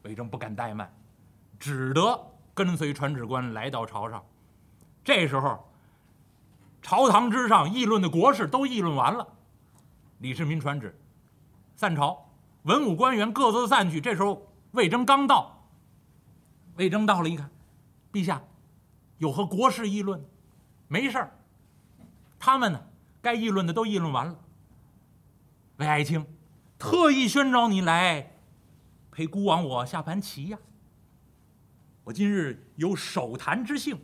魏征不敢怠慢，只得跟随传旨官来到朝上。这时候，朝堂之上议论的国事都议论完了，李世民传旨散朝，文武官员各自散去。这时候魏征刚到，魏征到了一看，陛下有何国事议论？没事儿，他们呢该议论的都议论完了。魏爱卿特意宣召你来陪孤王我下盘棋呀，我今日有手谈之幸。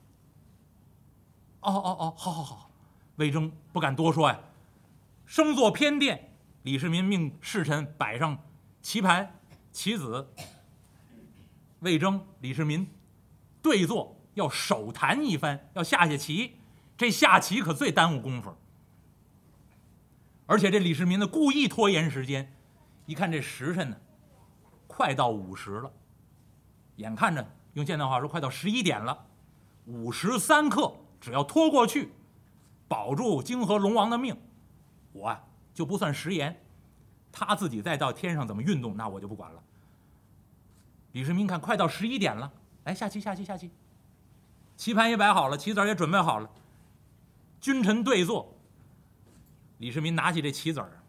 好，魏征不敢多说呀，升坐偏殿。李世民命侍臣摆上棋盘棋子，魏征、李世民对坐，要手谈一番，要下棋。这下棋可最耽误功夫，而且这李世民呢故意拖延时间，一看这时辰呢，快到50了，眼看着用现代话说快到11点了，53刻，只要拖过去，保住泾河龙王的命，我啊就不算食言。他自己再到天上怎么运动，那我就不管了。李世民看快到11点了，来下棋，棋盘也摆好了，棋子也准备好了，君臣对坐。李世民拿起这棋子儿，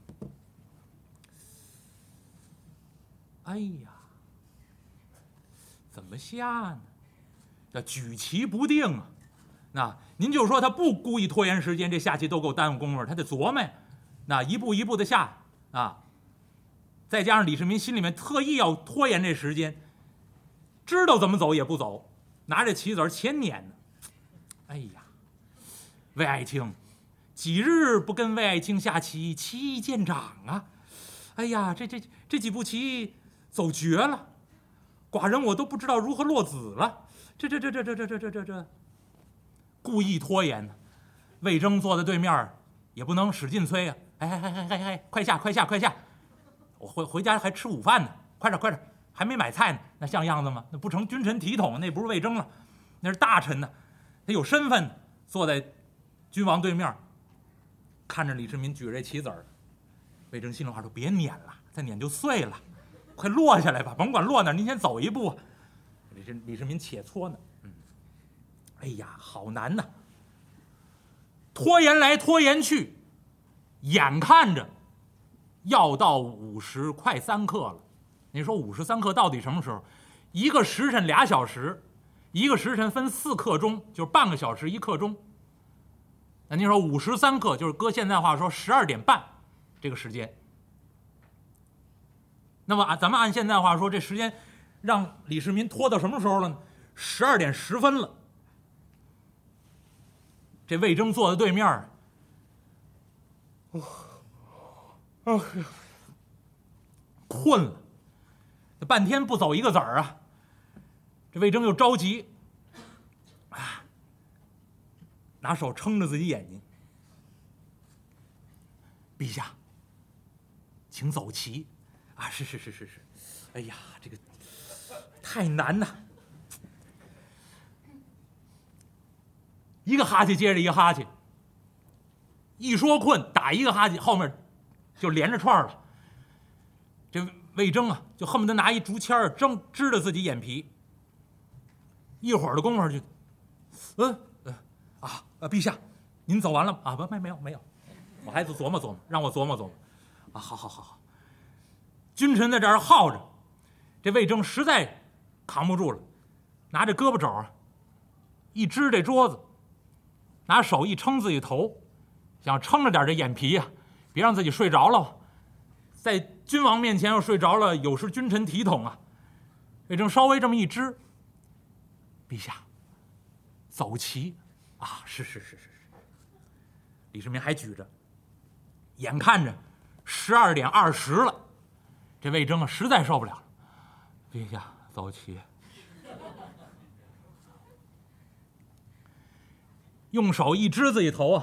哎呀，怎么下呢？这举棋不定啊！那您就说他不故意拖延时间，这下棋都够耽误功夫，他得琢磨呀。那一步一步的下啊，再加上李世民心里面特意要拖延这时间，知道怎么走也不走，拿着棋子前撵呢。哎呀，魏爱卿，几日不跟魏爱卿下棋，棋艺见长啊！哎呀，这几步棋走绝了，寡人我都不知道如何落子了。这，故意拖延呢。魏征坐在对面，也不能使劲催呀。哎，快下！我回家还吃午饭呢，快点，还没买菜呢，那像样子吗？那不成君臣体统，那不是魏征了，那是大臣呢，他有身份，坐在君王对面，看着李世民举着这棋子儿。魏征心里话说：别撵了，再撵就碎了，快落下来吧，甭管落哪，您先走一步。李世民且搓呢，哎呀，好难呐！拖延来拖延去，眼看着要到50快3刻了。你说53刻到底什么时候？一个时辰2小时，一个时辰分4刻钟，就是半个小时1刻钟。那您说53刻，就是搁现在话说12点半这个时间。那么咱们按现在话说，这时间让李世民拖到什么时候了呢？12点10分了。这魏征坐在对面，困了，半天不走一个子儿啊。这魏征又着急，拿手撑着自己眼睛。陛下，请走棋啊！是。哎呀，这个太难呐！一个哈欠接着一个哈欠，一说困打一个哈欠，后面就连着串了。这魏征啊，就恨不得拿一竹签支着自己眼皮。一会儿的功夫就，陛下，您走完了啊？不，没有，我还琢磨，让我琢磨啊。好，君臣在这儿耗着，这魏征实在扛不住了，拿着胳膊肘一支这桌子，拿手一撑自己头，想撑着点这眼皮呀，别让自己睡着了。在君王面前要睡着了，有失君臣体统啊。魏征稍微这么一支，陛下，走棋啊！是。李世民还举着，眼看着12点20了，这魏征实在受不了了，陛下走棋。用手一支自己头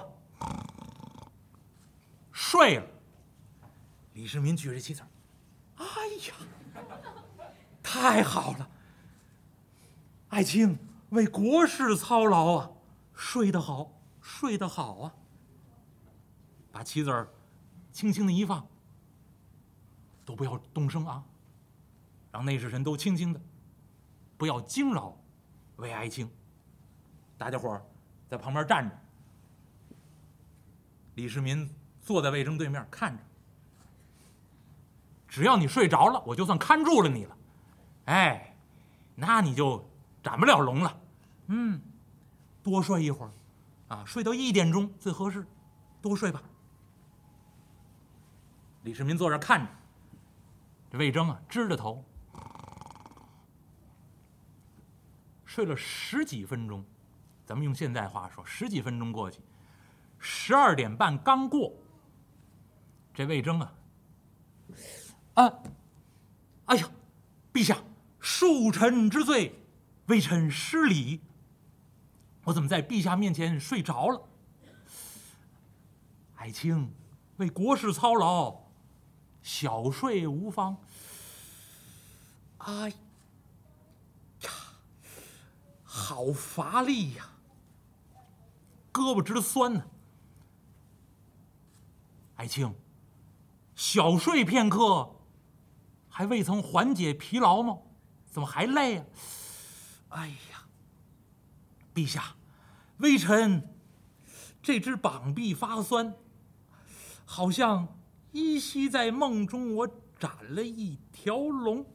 睡了。李世民举着棋子，哎呀，太好了！爱卿为国事操劳啊，睡得好啊！把棋子轻轻的一放，都不要动声啊！ 让内侍臣都轻轻的，不要惊扰魏爱卿。大家伙儿在旁边站着，李世民坐在魏征对面看着。只要你睡着了，我就算看住了你了。哎，那你就斩不了龙了。多睡一会儿，睡到1点钟最合适，多睡吧。李世民坐这看着，这魏征支着头睡了10几分钟。咱们用现在话说，10几分钟过去，12点半刚过，这魏征哎呀，陛下，恕臣之罪，微臣失礼。我怎么在陛下面前睡着了？爱卿，为国事操劳，小睡无妨。哎呀，好乏力呀，胳膊直酸呢。爱卿，小睡片刻，还未曾缓解疲劳吗？怎么还累啊？哎呀，陛下，微臣这只膀臂发酸，好像依稀在梦中我斩了一条龙。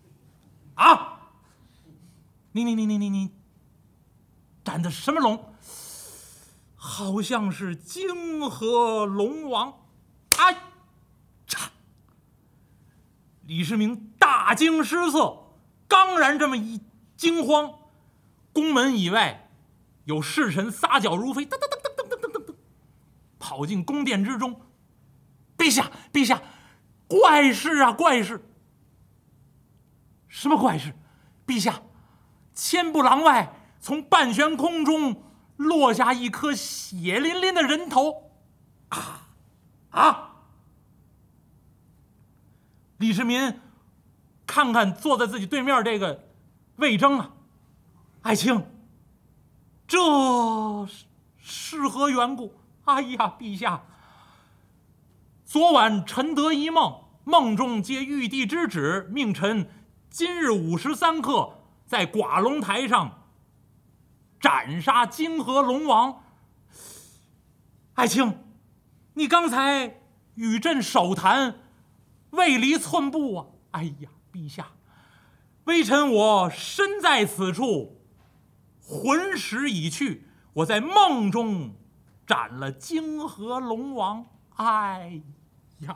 你斩的什么龙？好像是泾河龙王。李世民大惊失色，刚然这么一惊慌，宫门以外有侍臣撒脚如飞，噔噔噔噔噔噔噔，跑进宫殿之中。陛下，陛下，怪事啊，怪事！什么怪事？陛下，千步廊外从半悬空中落下一颗血淋淋的人头。李世民看看坐在自己对面这个魏征爱卿，这是何缘故？哎呀，陛下，昨晚臣得一梦，梦中接玉帝之旨，命臣今日午时3刻在寡龙台上斩杀泾河龙王。爱卿，你刚才与朕手谈，未离寸步。哎呀，陛下，微臣我身在此处，魂识已去，我在梦中斩了泾河龙王。哎呀，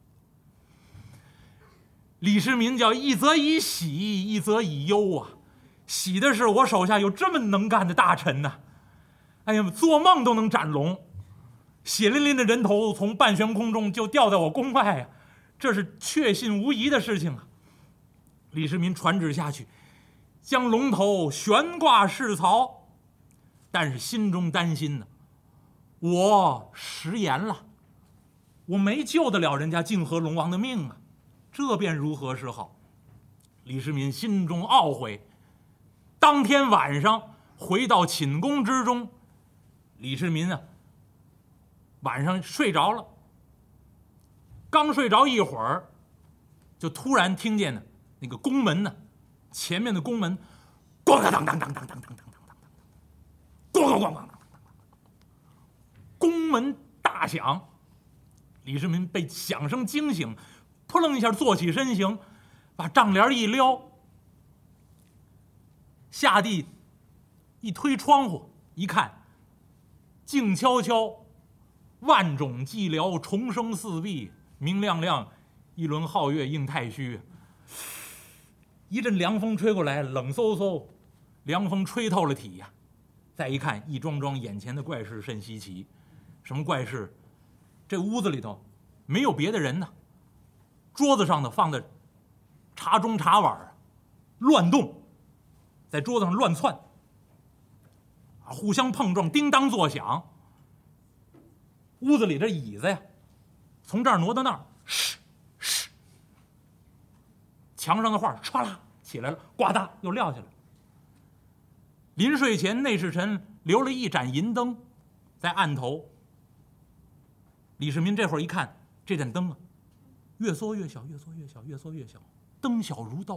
李世民叫一则以喜，一则以忧喜的是我手下有这么能干的大臣呢。哎呀，做梦都能斩龙，血淋淋的人头从半悬空中就掉在我宫外这是确信无疑的事情李世民传旨下去，将龙头悬挂市曹，但是心中担心呢，我食言了，我没救得了人家泾河龙王的命这便如何是好？李世民心中懊悔，当天晚上回到寝宫之中。李世民晚上睡着了，刚睡着一会儿，就突然听见那个宫门前面的宫门咣当当当当当当当当咣咣咣咣，宫门大响。李世民被响声惊醒，扑棱一下坐起身形，把帐帘一撩，下地一推窗户一看，静悄悄，万种寂寥重生四壁，明亮亮，一轮皓月映太虚。一阵凉风吹过来，冷飕飕，凉风吹透了体再一看，一桩桩眼前的怪事甚稀奇。什么怪事？这屋子里头没有别的人桌子上放的茶盅茶碗乱动，在桌子上乱窜，互相碰撞，叮当作响。屋子里这椅子从这儿挪到那儿，墙上的画唰啦起来了，呱嗒又撂下来了。临睡前，内侍臣留了一盏银灯在案头。李世民这会儿一看，这盏灯越缩越小，越缩越小，越缩越小，灯小如豆，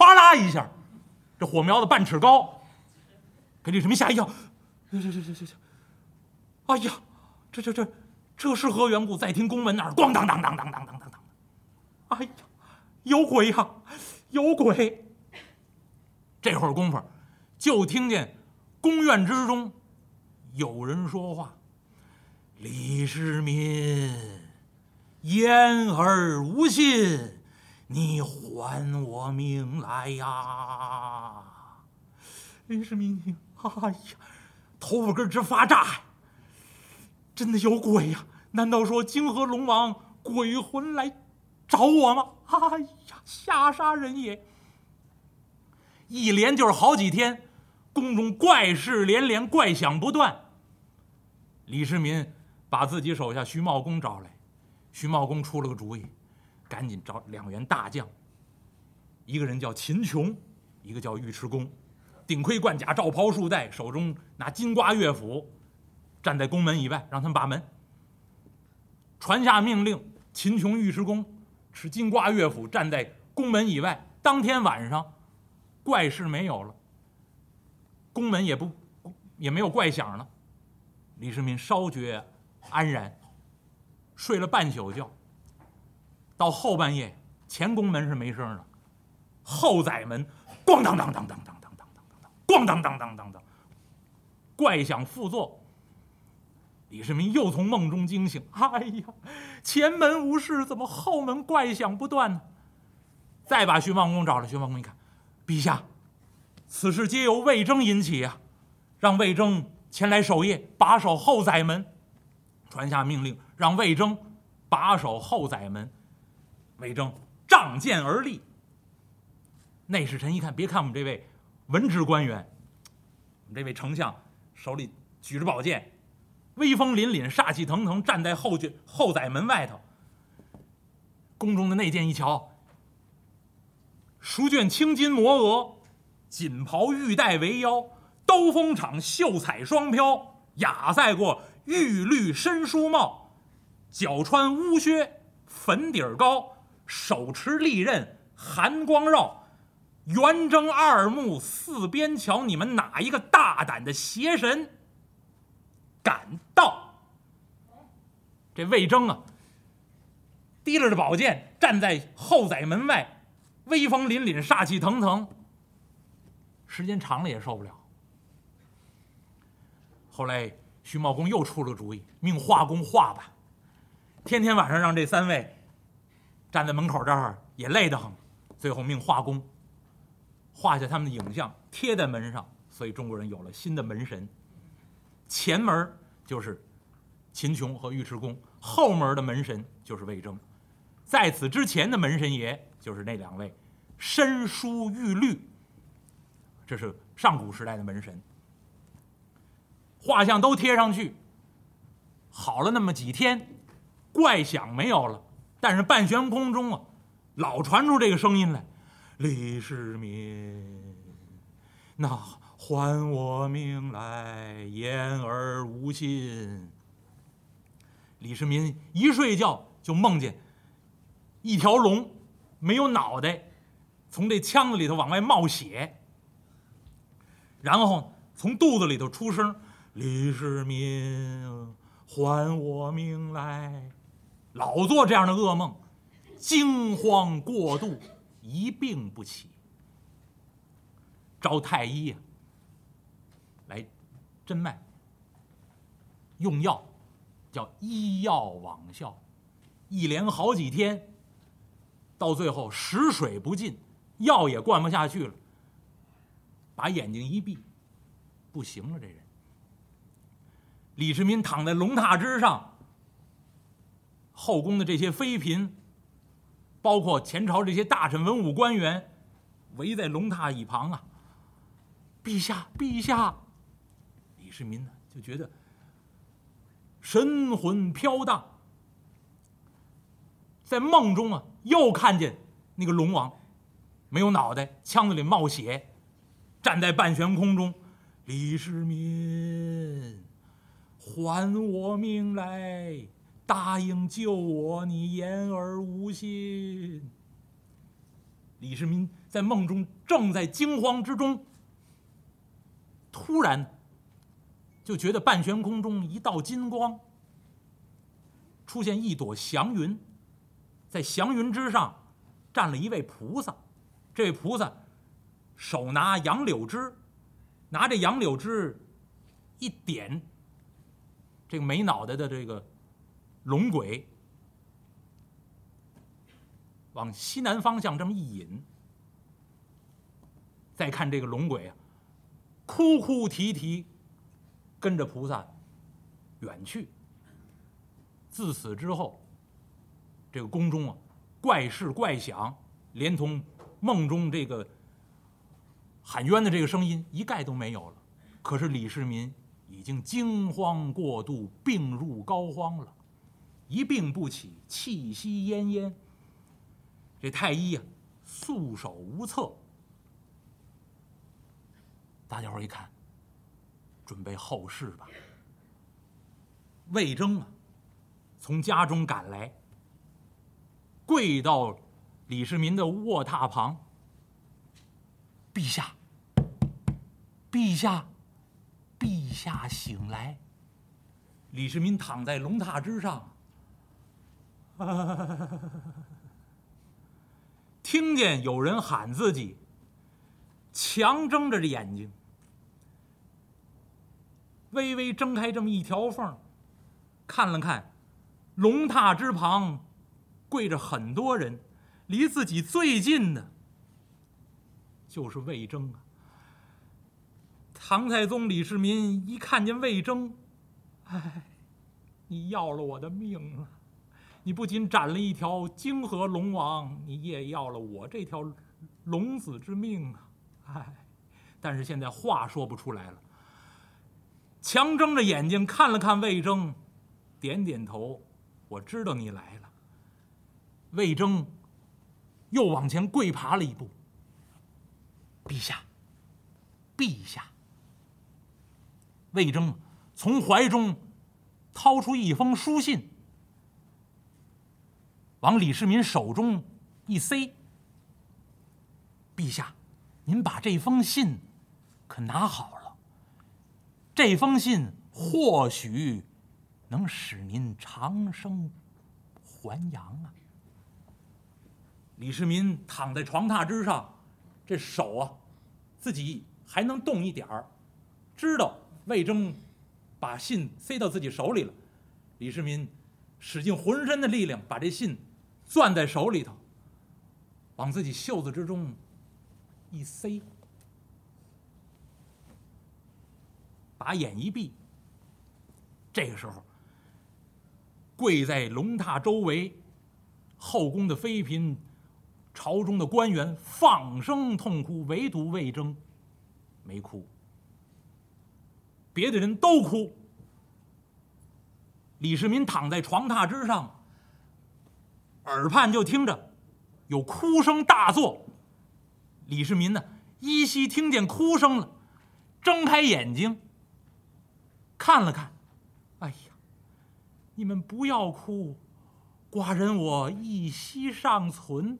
哗啦一下，这火苗子半尺高，给李世民吓一跳。这，哎呀，这是何缘故？再听宫门那儿咣当当当当当当当当，哎呀，有鬼呀，有鬼！这会儿功夫，就听见宫院之中有人说话：“李世民，言而无信，你还我命来呀！”李世民听，哎呀，头发根直发炸，真的有鬼呀！难道说泾河龙王鬼魂来找我吗？哎呀，吓杀人也！一连就是好几天，宫中怪事连连，怪响不断。李世民把自己手下徐茂公找来，徐茂公出了个主意，赶紧找2员大将，一个人叫秦琼，一个叫尉迟恭，顶盔贯甲，罩袍束带，手中拿金瓜乐斧，站在宫门以外，让他们把门。传下命令，秦琼、尉迟恭持金瓜乐斧站在宫门以外。当天晚上，怪事没有了，宫门也没有怪响了。李世民稍觉安然，睡了半宿觉。到后半夜，前宫门是没声的，后宰门咣当当当当当当当当，咣当当当当当，怪响复作。李世民又从梦中惊醒，哎呀，前门无事，怎么后门怪响不断呢？再把徐茂公找来，徐茂公一看，陛下，此事皆由魏征引起啊，让魏征前来守夜，把守后宰门。传下命令，让魏征把守后宰门。魏征仗剑而立。内侍臣一看，别看我们这位文职官员，我们这位丞相手里举着宝剑，威风凛凛，煞气腾腾，站在后宰门外头。宫中的内监一瞧，书卷青金摩额，锦袍玉带围腰，兜风氅，秀彩双飘，雅赛过玉绿深梳帽，脚穿乌靴，粉底高，手持利刃，寒光绕。圆睁二目四边瞧，你们哪一个大胆的邪神敢到？这魏征啊，提着宝剑站在后宰门外，威风凛凛，煞气腾腾，时间长了也受不了。后来徐茂公又出了主意，命画工画吧，天天晚上让这3位站在门口这儿也累得很，最后命画工画下他们的影像，贴在门上，所以中国人有了新的门神。前门就是秦琼和尉迟恭，后门的门神就是魏征。在此之前的门神爷就是那2位深书玉律，这是上古时代的门神。画像都贴上去，好了那么几天，怪响没有了，但是半悬空中啊，老传出这个声音来：李世民，那还我命来，言而无信。李世民一睡觉就梦见一条龙没有脑袋，从这腔子里头往外冒血，然后从肚子里头出声：李世民，还我命来。老做这样的噩梦，惊慌过度，一病不起。招太医来诊脉，用药叫医药罔效，一连好几天，到最后食水不进，药也灌不下去了，把眼睛一闭，不行了。这人李世民躺在龙榻之上，后宫的这些妃嫔，包括前朝这些大臣文武官员，围在龙榻一旁啊。陛下，陛下！李世民呢就觉得神魂飘荡，在梦中啊，又看见那个龙王没有脑袋，腔子里冒血，站在半悬空中。李世民，还我命来，答应救我，你言而无信。李世民在梦中正在惊慌之中，突然就觉得半悬空中一道金光，出现一朵祥云，在祥云之上站了一位菩萨。这位菩萨手拿杨柳枝，拿着杨柳枝一点这个没脑袋的这个龙鬼，往西南方向这么一引。再看这个龙鬼啊，哭哭啼啼跟着菩萨远去。自此之后，这个宫中啊，怪事怪响，连同梦中这个喊冤的这个声音一概都没有了。可是李世民已经惊慌过度，病入膏肓了，一病不起，气息奄奄。这太医啊，束手无策。大家伙一看，准备后事吧。魏征啊，从家中赶来，跪到李世民的卧榻旁：“陛下，陛下，陛下醒来！”李世民躺在龙榻之上，听见有人喊自己，强睁着眼睛，微微睁开这么一条缝，看了看龙榻之旁跪着很多人，离自己最近的就是魏征啊。唐太宗李世民一看见魏征，哎，你要了我的命啊！你不仅斩了一条泾河龙王，你也要了我这条龙子之命啊！哎，但是现在话说不出来了。强睁着眼睛看了看魏征，点点头，我知道你来了。魏征又往前跪爬了一步：“陛下，陛下。”魏征从怀中掏出一封书信，往李世民手中一塞：“陛下，您把这封信可拿好了，这封信或许能使您长生还阳啊。”李世民躺在床榻之上，这手啊，自己还能动一点儿，知道魏征把信塞到自己手里了。李世民使尽浑身的力量，把这信攥在手里头，往自己袖子之中一塞，把眼一闭。这个时候，跪在龙榻周围后宫的妃嫔、朝中的官员放声痛哭，唯独魏征没哭，别的人都哭。李世民躺在床榻之上，耳畔就听着有哭声大作。李世民呢，依稀听见哭声了，睁开眼睛看了看，哎呀，你们不要哭，寡人我一息尚存。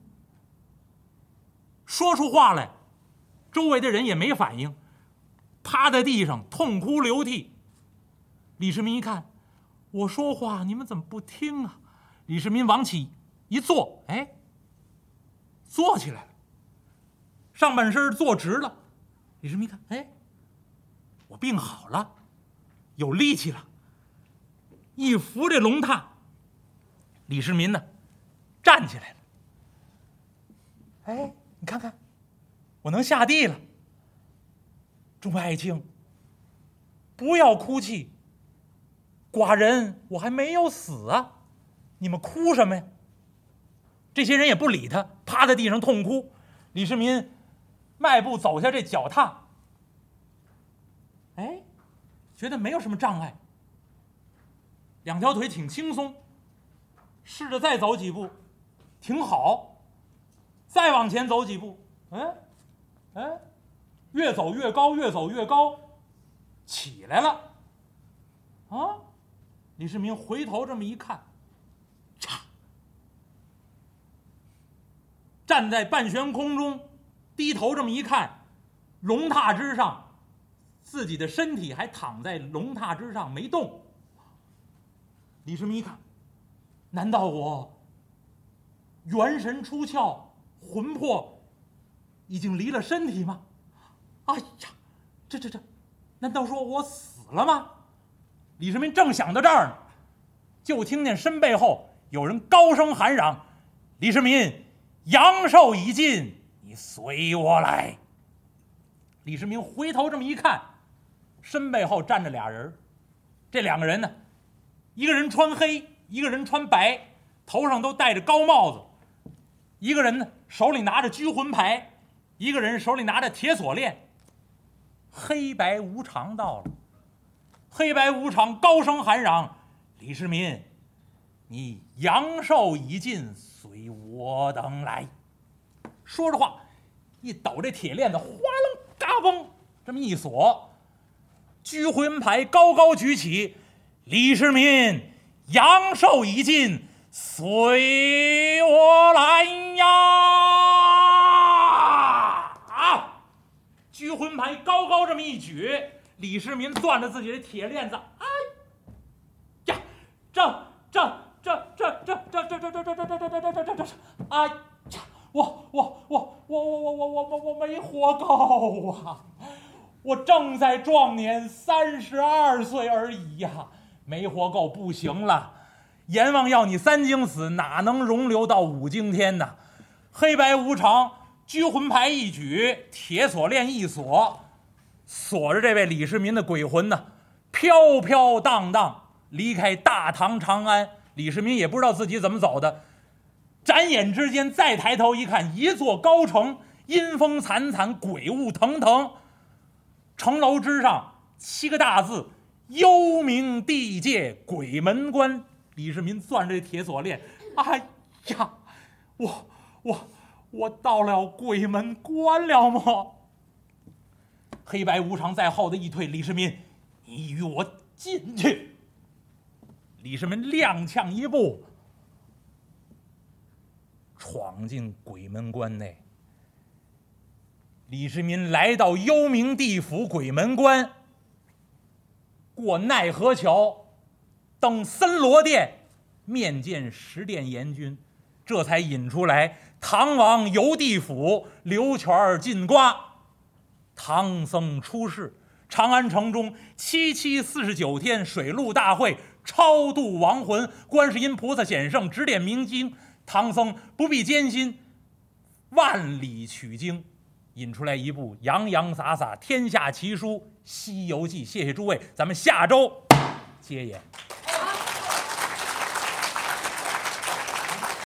说出话来，周围的人也没反应，趴在地上痛哭流涕。李世民一看，我说话你们怎么不听啊？李世民往起一坐，哎，坐起来了，上半身坐直了。李世民一看，哎，我病好了，有力气了，一扶这龙榻，李世民呢站起来了。哎，你看看，我能下地了。众爱卿，不要哭泣，寡人我还没有死啊，你们哭什么呀？这些人也不理他，趴在地上痛哭。李世民迈步走下这脚踏，哎，觉得没有什么障碍，两条腿挺轻松，试着再走几步，挺好，再往前走几步，越走越高，越走越高，起来了。啊！李世民回头这么一看，嚓，站在半悬空中， 低头这么一看，龙榻之上，自己的身体还躺在龙榻之上没动。李世民一看，难道我元神出窍，魂魄已经离了身体吗？哎呀，这，难道说我死了吗？李世民正想到这儿呢，就听见身背后有人高声喊嚷：“李世民，阳寿已尽，你随我来。”李世民回头这么一看，身背后站着俩人，这两个人呢，一个人穿黑，一个人穿白，头上都戴着高帽子。一个人呢手里拿着拘魂牌，一个人手里拿着铁锁链。黑白无常到了，黑白无常高声喊嚷：“李世民，你阳寿已尽，随我等来。”说着话，一抖这铁链子，哗楞嘎嘣，这么一锁，拘魂牌高高举起：“李世民，阳寿已尽，随我来呀！”拘魂牌高高这么一举，李世民攥着自己的铁链子，哎呀，哎呀，我没活够啊！我正在壮年，32岁而已呀，没活够，不行了。阎王要你3更死，哪能容留到5更天呢？黑白无常，拘魂牌一举，铁锁链一锁，锁着这位李世民的鬼魂呢，飘飘荡荡离开大唐长安。李世民也不知道自己怎么走的，转眼之间再抬头一看，一座高城，阴风惨惨，鬼雾腾腾，城楼之上7个大字：幽冥地界鬼门关。李世民攥着铁锁链，哎呀，我到了鬼门关了吗？黑白无常在后的一推：“李世民，你与我进去。”李世民踉跄一步，闯进鬼门关内。李世民来到幽冥地府鬼门关，过奈何桥，登森罗殿，面见十殿阎君，这才引出来唐王游地府，刘全进瓜。唐僧出世，长安城中749天水陆大会，超度亡魂，观世音菩萨显圣，指点明经，唐僧不必艰辛，万里取经，引出来一部洋洋洒洒天下奇书《西游记》。谢谢诸位，咱们下周接演。